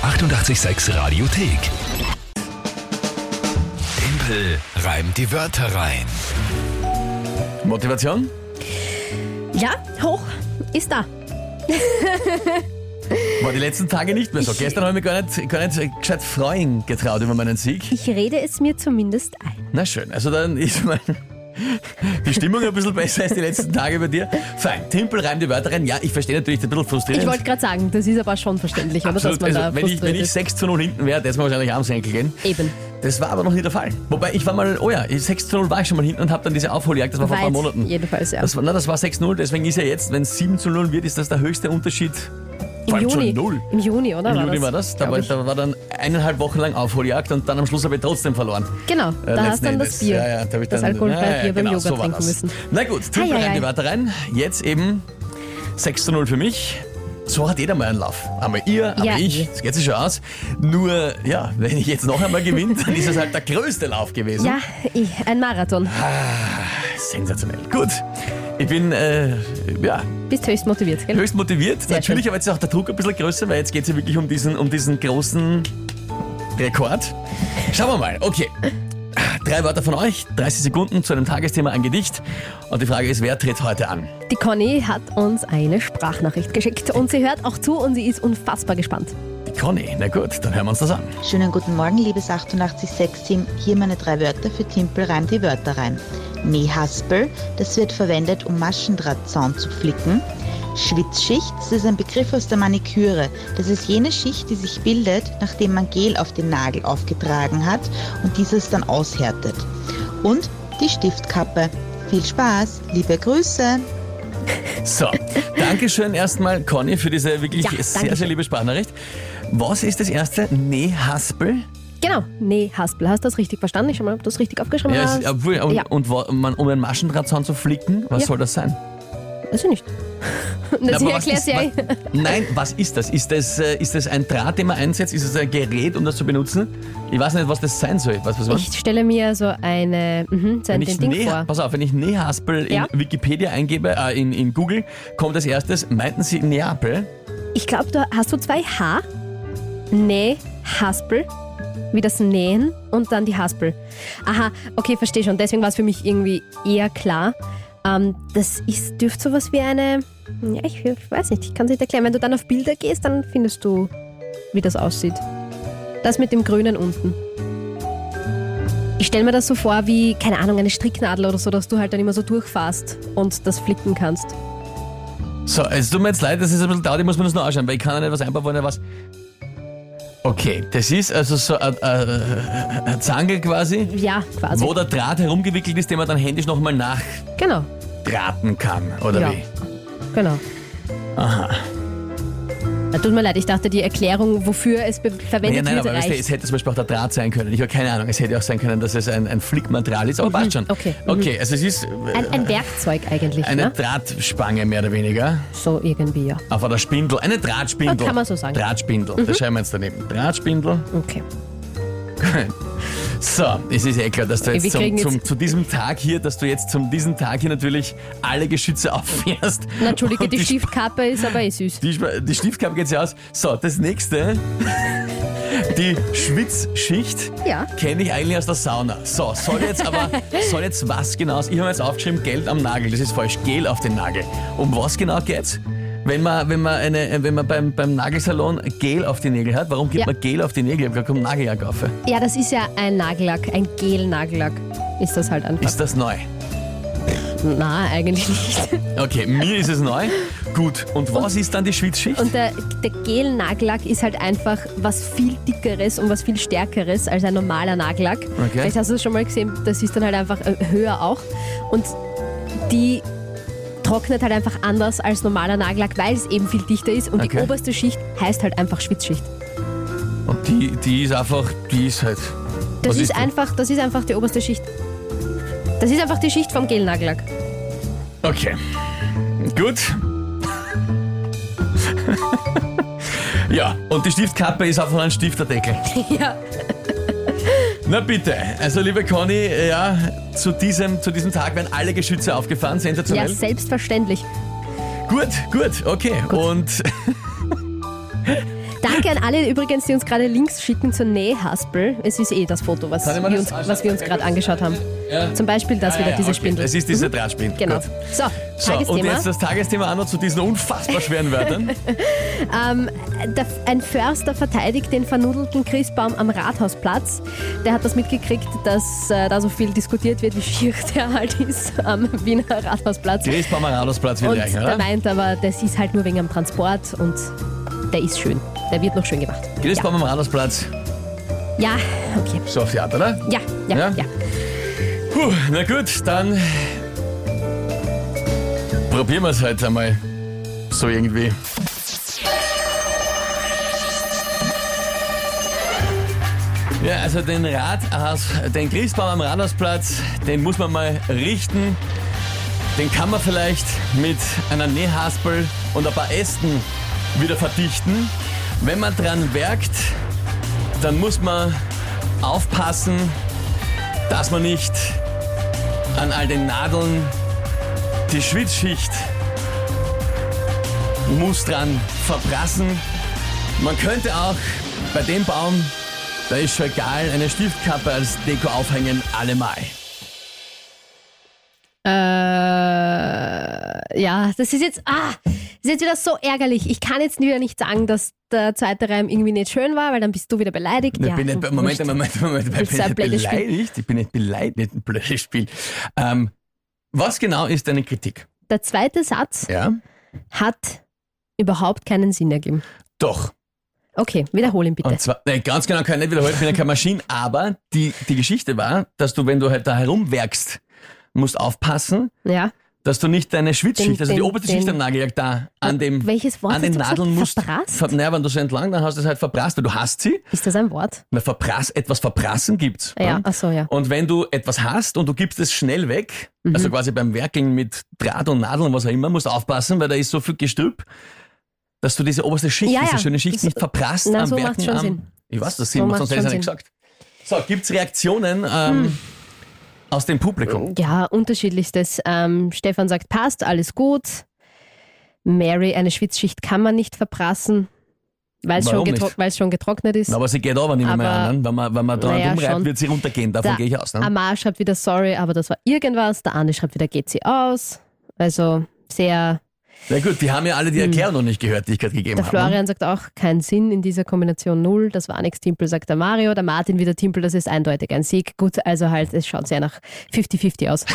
886 Radiothek. Tempel reimt die Wörter rein. Motivation? Ja, hoch ist da. War die letzten Tage nicht mehr so. Gestern habe ich mich gar nicht gescheit freuen getraut über meinen Sieg. Ich rede es mir zumindest ein. Na schön, also dann ist mal die Stimmung ein bisschen besser als die letzten Tage bei dir. Fein, Timpel reimt die Wörter rein. Ja, ich verstehe natürlich, ein bisschen frustrierend. Ich wollte gerade sagen, das ist aber schon verständlich, oder? Absolut. Dass man Also, da wenn ich frustriert ist. 6:0 hinten wäre, hätte es mir wahrscheinlich am Senkel gehen. Eben. Das war aber noch nie der Fall. Wobei, ich war mal, 6:0 war ich schon mal hinten und habe dann diese Aufholjagd, das war vor ein paar Monaten. Jedenfalls, ja. Das war 6:0, deswegen ist ja jetzt, wenn es 7:0 wird, ist das der höchste Unterschied. Vor allem schon 0. Im Juni, oder? Im Juni war das. Da war dann 1,5 Wochen lang Aufholjagd und dann am Schluss habe ich trotzdem verloren. Genau, da hast du dann das Bier. Ja, da hab ich das dann, alkoholfreie Bier beim genau, Yoga so war trinken das. müssen. Na gut, Timpel rein die Wörter rein. Jetzt eben 6:0 für mich. So hat jeder mal einen Lauf. Einmal ihr, einmal ich. Das geht sich schon aus. Nur, ja, wenn ich jetzt noch einmal gewinne, dann ist es halt der größte Lauf gewesen. Ja, ein Marathon. Sensationell. Gut. Ich bin, Bist höchst motiviert, gell? höchst motiviert. Sehr Natürlich, schön. aber jetzt ist auch der Druck ein bisschen größer, weil jetzt geht es ja wirklich um diesen großen Rekord. Schauen wir mal. Okay. 3 Wörter von euch, 30 Sekunden zu einem Tagesthema, ein Gedicht. Und die Frage ist, wer tritt heute an? Die Conny hat uns eine Sprachnachricht geschickt und sie hört auch zu und sie ist unfassbar gespannt. Die Conny. Na gut, dann hören wir uns das an. Schönen guten Morgen, liebes 886-Team. Hier meine 3 Wörter für Timpel reimt die Wörter rein. Nähhaspel, das wird verwendet, um Maschendrahtzaun zu flicken. Schwitzschicht, das ist ein Begriff aus der Maniküre. Das ist jene Schicht, die sich bildet, nachdem man Gel auf den Nagel aufgetragen hat und dieses dann aushärtet. Und die Stiftkappe. Viel Spaß, liebe Grüße. So, Dankeschön erstmal, Conny, für diese wirklich Ja, sehr, danke. sehr liebe Sprachnachricht. Was ist das erste? Nähhaspel? Genau, Nähhaspel. Hast du das richtig verstanden? Ich schau mal, ob du das richtig aufgeschrieben Ja, hast. Ja. um einen Maschendrahtzaun zu flicken, was Ja. soll das sein? Weiß ich nicht. Na, Sie aber was erklärt ist- ja. Nein, was ist das? Ist das ein Draht, den man einsetzt? Ist es ein Gerät, um das zu benutzen? Ich weiß nicht, was das sein soll. Was Ich stelle mir so eine, so wenn ein ich Ding vor. Pass auf, wenn ich Nähhaspel in Ja. Wikipedia eingebe, in Google, kommt als erstes, meinten Sie Neapel? Ich glaube, hast du 2 H? Nähhaspel. Wie das Nähen und dann die Haspel. Aha, okay, verstehe schon. Deswegen war es für mich irgendwie eher klar. Das dürfte sowas wie eine. Ja, ich weiß nicht, ich kann es nicht erklären. Wenn du dann auf Bilder gehst, dann findest du, wie das aussieht. Das mit dem Grünen unten. Ich stelle mir das so vor wie, keine Ahnung, eine Stricknadel oder so, dass du halt dann immer so durchfährst und das flicken kannst. So, es tut mir jetzt leid, das ist ein bisschen dauert, ich muss mir das noch anschauen, weil ich kann ja nicht was einbauen, was. Okay, das ist also so ein Zangel quasi, Ja, quasi. wo der Draht herumgewickelt ist, den man dann händisch nochmal Genau, nachdrahten kann, oder Ja. wie? genau. Aha. Tut mir leid, ich dachte, die Erklärung, wofür es verwendet Nein, wird, aber weißt du, reicht. es hätte zum Beispiel auch der Draht sein können. Ich habe keine Ahnung, es hätte auch sein können, dass es ein Flickmaterial ist, aber passt schon. okay, Okay, also es ist Ein Werkzeug eigentlich, eine ne? Drahtspange mehr oder weniger. So irgendwie, ja. Auf einer Spindel, eine Drahtspindel. Kann man so sagen. Drahtspindel, das schreiben wir jetzt daneben. Drahtspindel. Okay. So, es ist eh klar, dass du Okay, jetzt wir kriegen zu diesem Tag hier, natürlich alle Geschütze auffährst. Na, Entschuldige, Und die Stiftkappe ist aber eh süß. Die Stiftkappe geht ja aus. So, das nächste, die Schwitzschicht, Ja. kenne ich eigentlich aus der Sauna. So, soll jetzt was genau? Ich habe jetzt aufgeschrieben, Gel am Nagel, das ist falsch, Gel auf den Nagel. Um was genau geht's? Wenn man beim Nagelsalon Gel auf die Nägel hat, warum gibt Ja. man Gel auf die Nägel? Da kommt Nagellack auf. Ja, das ist ja ein Nagellack, ein Gel-Nagellack. Ist das halt einfach. Ist das neu? Na, eigentlich nicht. Okay, mir ist es neu. Gut, und was ist dann die Schwitzschicht? Und der Gel-Nagellack ist halt einfach was viel Dickeres und was viel Stärkeres als ein normaler Nagellack. Okay. Vielleicht hast du das schon mal gesehen, das ist dann halt einfach höher auch. Und die trocknet halt einfach anders als normaler Nagellack, weil es eben viel dichter ist. Und die Okay. oberste Schicht heißt halt einfach Schwitzschicht. Und die ist halt... Das Was ist einfach die oberste Schicht. Das ist einfach die Schicht vom Gelnagellack. Okay, gut. Ja, und die Stiftkappe ist einfach ein Stifterdeckel. Ja. Na bitte, also liebe Conny, ja, zu diesem Tag werden alle Geschütze aufgefahren, Ja, sensationell. selbstverständlich. Gut, okay. Und Dann Danke an alle übrigens, die uns gerade Links schicken zur Nähhaspel. Es ist das Foto, was wir uns gerade angeschaut haben. Ja. Zum Beispiel das wieder, diese Spindel. Es ist diese Drahtspindel. Genau. Gut. So, So, Tagesthema. und jetzt das Tagesthema auch noch zu diesen unfassbar schweren Wörtern. Ein Förster verteidigt den vernudelten Christbaum am Rathausplatz. Der hat das mitgekriegt, dass da so viel diskutiert wird, wie schier der halt ist am Wiener Rathausplatz. Christbaumer Rathausplatz wird Und reichen, der oder? meint aber, das ist halt nur wegen dem Transport und der ist schön. Der wird noch schön gemacht. Christbaumer Rathausplatz, Ja, okay. so auf die Art, oder? Ja. Ja? Puh, na gut, dann probieren wir es halt einmal so irgendwie. Ja, also den Christbaum am Rathausplatz, den muss man mal richten. Den kann man vielleicht mit einer Nähhaspel und ein paar Ästen wieder verdichten. Wenn man dran werkt, dann muss man aufpassen, dass man nicht an all den Nadeln die Schwitzschicht muss dran verprassen. Man könnte auch bei dem Baum, da ist schon egal, eine Stiftkappe als Deko aufhängen, allemal. Ja, das ist jetzt wieder so ärgerlich. Ich kann jetzt wieder nicht sagen, dass der zweite Reim irgendwie nicht schön war, weil dann bist du wieder beleidigt. Ich bin nicht, Moment, ich bin nicht beleidigt. Ich bin nicht beleidigt, nicht ein blödes Spiel. Was genau ist deine Kritik? Der zweite Satz Ja? hat überhaupt keinen Sinn ergeben. Doch. Okay, wiederhol ihn bitte. Und zwar, nein, ganz genau kann ich nicht wiederholen, ich bin ja keine Maschine, aber die Geschichte war, dass du, wenn du halt da herumwerkst, musst aufpassen, Ja. dass du nicht deine Schwitzschicht, also die den- oberste Schicht am Nagellack da an dem Welches Wort an den hast du gesagt? Nadeln musst. Verprasst? Naja, wenn du so entlang, dann hast du es halt verprasst, weil du hast sie. Ist das ein Wort? Na, etwas verprassen gibt's. Ja, ach so, ja. Und wenn du etwas hast und du gibst es schnell weg, Mhm. also quasi beim Werkeln mit Draht und Nadeln, was auch immer, musst du aufpassen, weil da ist so viel Gestrüpp, dass du diese oberste Schicht, Ja, diese ja. schöne Schicht So- nicht verprasst Na, am so Werken. macht's schon Sinn. Ich weiß, das So Sinn macht, macht's sonst hätte ich schon es nicht gesagt. So, gibt's Reaktionen aus dem Publikum? Ja, unterschiedlichstes. Stefan sagt, passt, alles gut. Mary, eine Schwitzschicht kann man nicht verprassen, weil es Warum nicht? schon getrocknet ist. Na, aber sie geht aber nicht mehr Aber- an. Wenn man dran Naja, rumreibt, schon. wird sie runtergehen. Davon Der gehe ich aus. Ne? Amar schreibt wieder, sorry, aber das war irgendwas. Der Arne schreibt wieder, geht sie aus. Also sehr... Na gut, die haben ja alle die Erklärung noch nicht gehört, die ich gerade gegeben Der habe. Ne? Florian sagt auch, kein Sinn in dieser Kombination 0. Das war nichts Timpel, sagt der Mario. Der Martin wieder Timpel, das ist eindeutig ein Sieg. Gut, also halt, es schaut sehr nach 50-50 aus.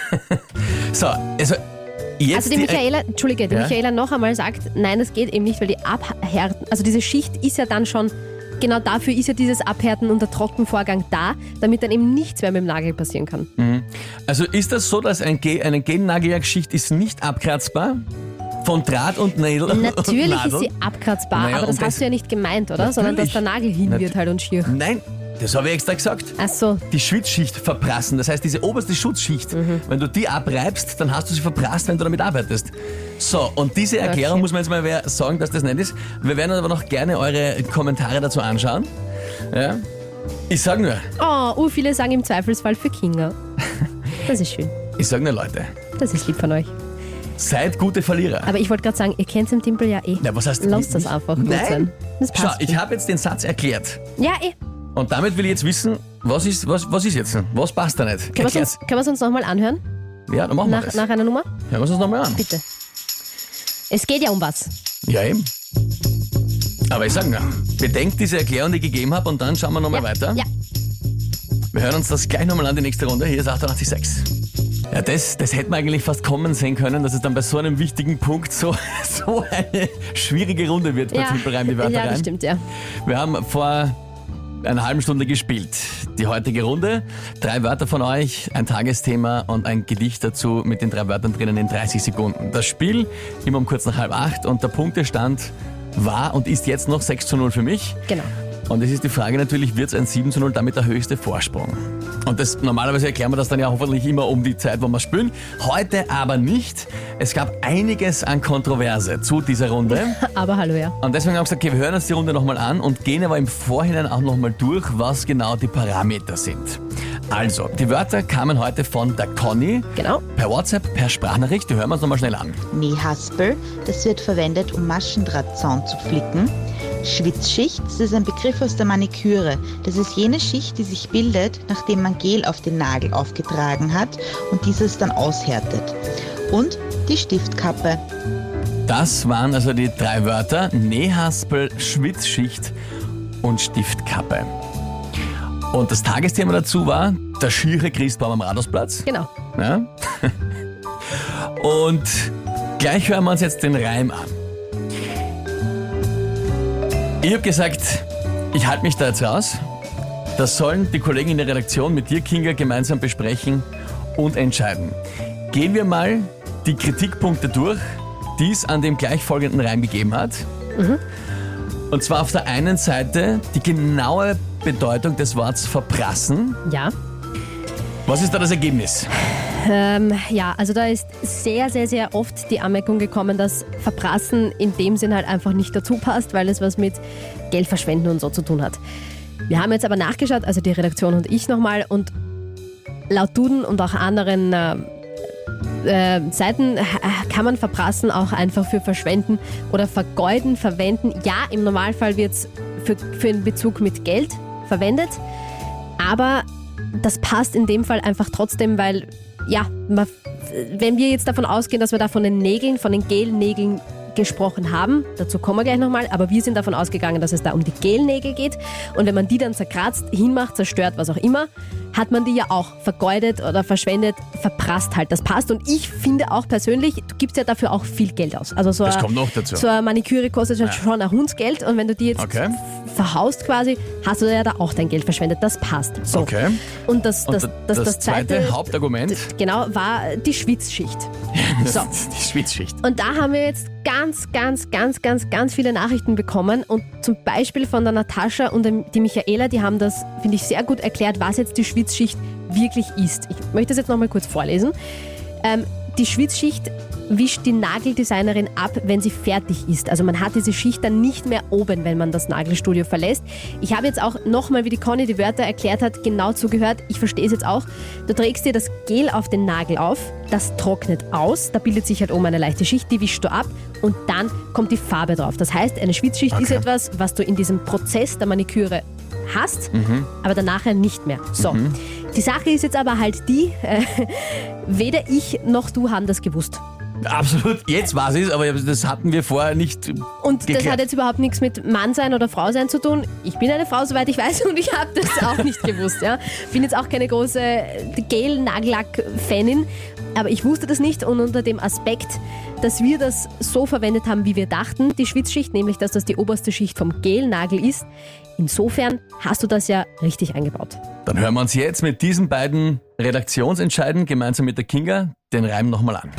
So, also jetzt Also die Michaela, Entschuldige, die Ja? Michaela noch einmal sagt, nein, das geht eben nicht, weil die Abhärten, also diese Schicht ist ja dann schon, genau dafür ist ja dieses Abhärten und der Trockenvorgang da, damit dann eben nichts mehr mit dem Nagel passieren kann. Also ist das so, dass eine Gel-Nagellackschicht ist nicht abkratzbar? Von Draht und Nadel? Natürlich und ist Nadel? sie abkratzbar, Naja, aber das und hast du ja nicht gemeint, oder? Sondern dass Natürlich. der Nagel hin wird halt und schier. Nein, das habe ich extra gesagt. Ach so, Die Schwitzschicht verprassen, das heißt diese oberste Schutzschicht, wenn du die abreibst, dann hast du sie verprasst, wenn du damit arbeitest. So, und diese Erklärung Okay. muss man jetzt mal sagen, dass das nicht ist. Wir werden uns aber noch gerne eure Kommentare dazu anschauen. Ja? Ich sage nur, viele sagen im Zweifelsfall für Kinga. Das ist schön. Leute, Das ist lieb von euch. seid gute Verlierer. Aber ich wollte gerade sagen, ihr kennt den Timpel ja eh. Na, was heißt Lasst das einfach gut Nein. sein. Das Schau, passt ich schon. habe jetzt den Satz erklärt. Ja, eh. Und damit will ich jetzt wissen, was ist jetzt? Was passt da nicht? Können Erklär's. wir es uns nochmal anhören? Ja, dann machen wir Nach, das. nach einer Nummer? Hören wir es uns nochmal an. Bitte. Es geht ja um was. Ja, eben. Aber ich sage nur, bedenkt diese Erklärung, die ich gegeben habe, und dann schauen wir nochmal weiter. Ja. Wir hören uns das gleich nochmal an, die nächste Runde. Hier ist 88.6. Ja, das hätten wir eigentlich fast kommen sehen können, dass es dann bei so einem wichtigen Punkt so eine schwierige Runde wird bei Timpelreim, die Wörter Ja, rein. das stimmt, ja. Wir haben vor einer halben Stunde gespielt. Die heutige Runde. 3 Wörter von euch, ein Tagesthema und ein Gedicht dazu mit den 3 Wörtern drinnen in 30 Sekunden. Das Spiel immer um kurz nach 7:30 und der Punktestand war und ist jetzt noch 6:0 für mich. Genau. Und es ist die Frage natürlich, wird es ein 7:0, damit der höchste Vorsprung? Und das, normalerweise erklären wir das dann ja hoffentlich immer um die Zeit, wo wir spielen. Heute aber nicht. Es gab einiges an Kontroverse zu dieser Runde. Aber hallo, ja. Und deswegen haben wir gesagt, okay, wir hören uns die Runde nochmal an und gehen aber im Vorhinein auch nochmal durch, was genau die Parameter sind. Also, die Wörter kamen heute von der Conny Genau. per WhatsApp, per Sprachnachricht. Die hören wir uns nochmal schnell an. Nähhaspel, das wird verwendet, um Maschendrahtzaun zu flicken. Schwitzschicht, das ist ein Begriff aus der Maniküre. Das ist jene Schicht, die sich bildet, nachdem man Gel auf den Nagel aufgetragen hat und dieses dann aushärtet. Und die Stiftkappe. Das waren also die 3 Wörter: Nähhaspel, Schwitzschicht und Stiftkappe. Und das Tagesthema dazu war der schiere Christbaum am Rathausplatz. Genau. Ja? Und gleich hören wir uns jetzt den Reim an. Ich habe gesagt, ich halte mich da jetzt raus. Das sollen die Kollegen in der Redaktion mit dir, Kinga, gemeinsam besprechen und entscheiden. Gehen wir mal die Kritikpunkte durch, die es an dem gleich folgenden Reim gegeben hat. Und zwar auf der einen Seite die genaue Bedeutung des Wortes verprassen. Ja. Was ist da das Ergebnis? Ja, also da ist sehr, sehr, sehr oft die Anmerkung gekommen, dass Verprassen in dem Sinn halt einfach nicht dazu passt, weil es was mit Geldverschwenden und so zu tun hat. Wir haben jetzt aber nachgeschaut, also die Redaktion und ich nochmal, und laut Duden und auch anderen Seiten kann man Verprassen auch einfach für Verschwenden oder Vergeuden verwenden. Ja, im Normalfall wird es für einen Bezug mit Geld verwendet, aber das passt in dem Fall einfach trotzdem, weil, ja, wenn wir jetzt davon ausgehen, dass wir da von den Nägeln, von den Gelnägeln gesprochen haben, dazu kommen wir gleich nochmal, aber wir sind davon ausgegangen, dass es da um die Gelnägel geht, und wenn man die dann zerkratzt, hinmacht, zerstört, was auch immer, hat man die ja auch vergeudet oder verschwendet, verprasst halt. Das passt, und ich finde auch persönlich, du gibst ja dafür auch viel Geld aus. Also das kommt noch dazu. So eine Maniküre kostet schon ein Hundsgeld, und wenn du die jetzt verhaust quasi, hast du ja da auch dein Geld verschwendet. Das passt. So. Okay. Und das zweite Hauptargument genau war die Schwitzschicht. So. Die Schwitzschicht. Und da haben wir jetzt ganz viele Nachrichten bekommen, und zum Beispiel von der Natascha und die Michaela, die haben das, finde ich, sehr gut erklärt, was jetzt die Schwitzschicht wirklich ist. Ich möchte das jetzt nochmal kurz vorlesen. Die Schwitzschicht wischt die Nageldesignerin ab, wenn sie fertig ist. Also man hat diese Schicht dann nicht mehr oben, wenn man das Nagelstudio verlässt. Ich habe jetzt auch nochmal, wie die Conny die Wörter erklärt hat, genau zugehört. Ich verstehe es jetzt auch. Du trägst dir das Gel auf den Nagel auf, das trocknet aus, da bildet sich halt oben eine leichte Schicht, die wischst du ab, und dann kommt die Farbe drauf. Das heißt, eine Schwitzschicht ist etwas, was du in diesem Prozess der Maniküre hast, aber danach nicht mehr. So. Die Sache ist jetzt aber halt die, weder ich noch du haben das gewusst. Absolut, jetzt weiß ich es, aber das hatten wir vorher nicht Und geklärt. Das hat jetzt überhaupt nichts mit Mann sein oder Frau sein zu tun. Ich bin eine Frau, soweit ich weiß, und ich habe das auch nicht gewusst. Ja. Bin jetzt auch keine große Gel-Nagellack-Fanin, aber ich wusste das nicht, und unter dem Aspekt, dass wir das so verwendet haben, wie wir dachten, die Schwitzschicht, nämlich dass das die oberste Schicht vom Gel-Nagel ist, insofern hast du das ja richtig eingebaut. Dann hören wir uns jetzt mit diesen beiden Redaktionsentscheiden gemeinsam mit der Kinga den Reim nochmal an.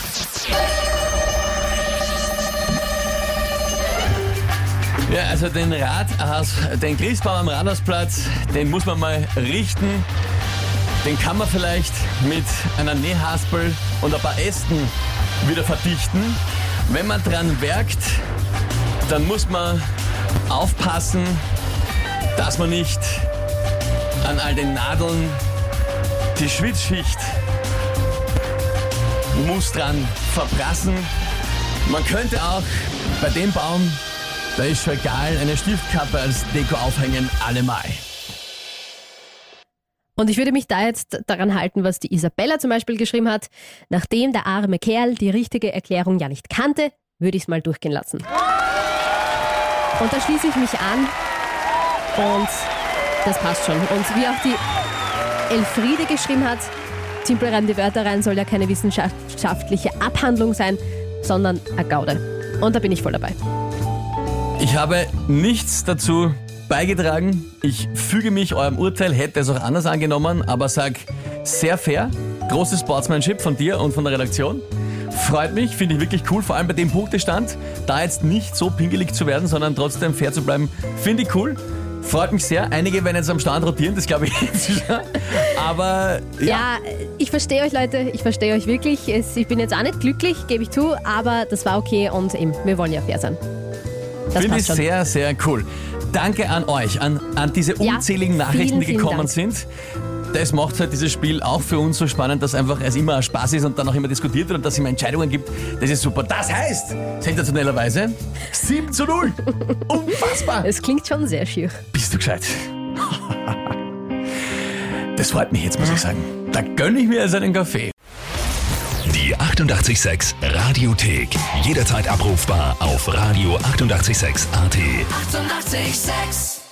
Ja, also den Christbaum am Rathausplatz, den muss man mal richten. Den kann man vielleicht mit einer Nähhaspel und ein paar Ästen wieder verdichten. Wenn man dran werkt, dann muss man aufpassen, dass man nicht an all den Nadeln die Schwitzschicht muss dran verprassen. Man könnte auch bei dem Baum, da ist schon egal, eine Stiftkappe als Deko aufhängen, allemal. Und ich würde mich da jetzt daran halten, was die Isabella zum Beispiel geschrieben hat. Nachdem der arme Kerl die richtige Erklärung ja nicht kannte, würde ich es mal durchgehen lassen. Und da schließe ich mich an, und das passt schon. Und wie auch die Elfriede geschrieben hat, Timpel reimt die Wörter rein, soll ja keine wissenschaftliche Abhandlung sein, sondern eine Gaude. Und da bin ich voll dabei. Ich habe nichts dazu beigetragen. Ich füge mich eurem Urteil, hätte es auch anders angenommen, aber sag sehr fair. Großes Sportsmanship von dir und von der Redaktion. Freut mich, finde ich wirklich cool, vor allem bei dem Punktestand, da jetzt nicht so pingelig zu werden, sondern trotzdem fair zu bleiben, finde ich cool. Freut mich sehr. Einige werden jetzt am Stand rotieren, das glaube ich jetzt schon. Aber ja, ich verstehe euch, Leute. Ich verstehe euch wirklich. Ich bin jetzt auch nicht glücklich, gebe ich zu, aber das war okay, und eben, wir wollen ja fair sein. Das finde ich schon. sehr, sehr cool. Danke an euch, an diese unzähligen Nachrichten, die gekommen sind. das macht halt dieses Spiel auch für uns so spannend, dass einfach es immer ein Spaß ist und dann auch immer diskutiert wird und dass es immer Entscheidungen gibt. Das ist super. Das heißt, sensationellerweise 7:0. Unfassbar. Es klingt schon sehr schier. Bist du gescheit? Das freut mich jetzt, muss ich sagen. Da gönne ich mir jetzt einen Kaffee. Die 88,6 Radiothek. Jederzeit abrufbar auf radio886.at. 88,6. Eighty-eight, sex.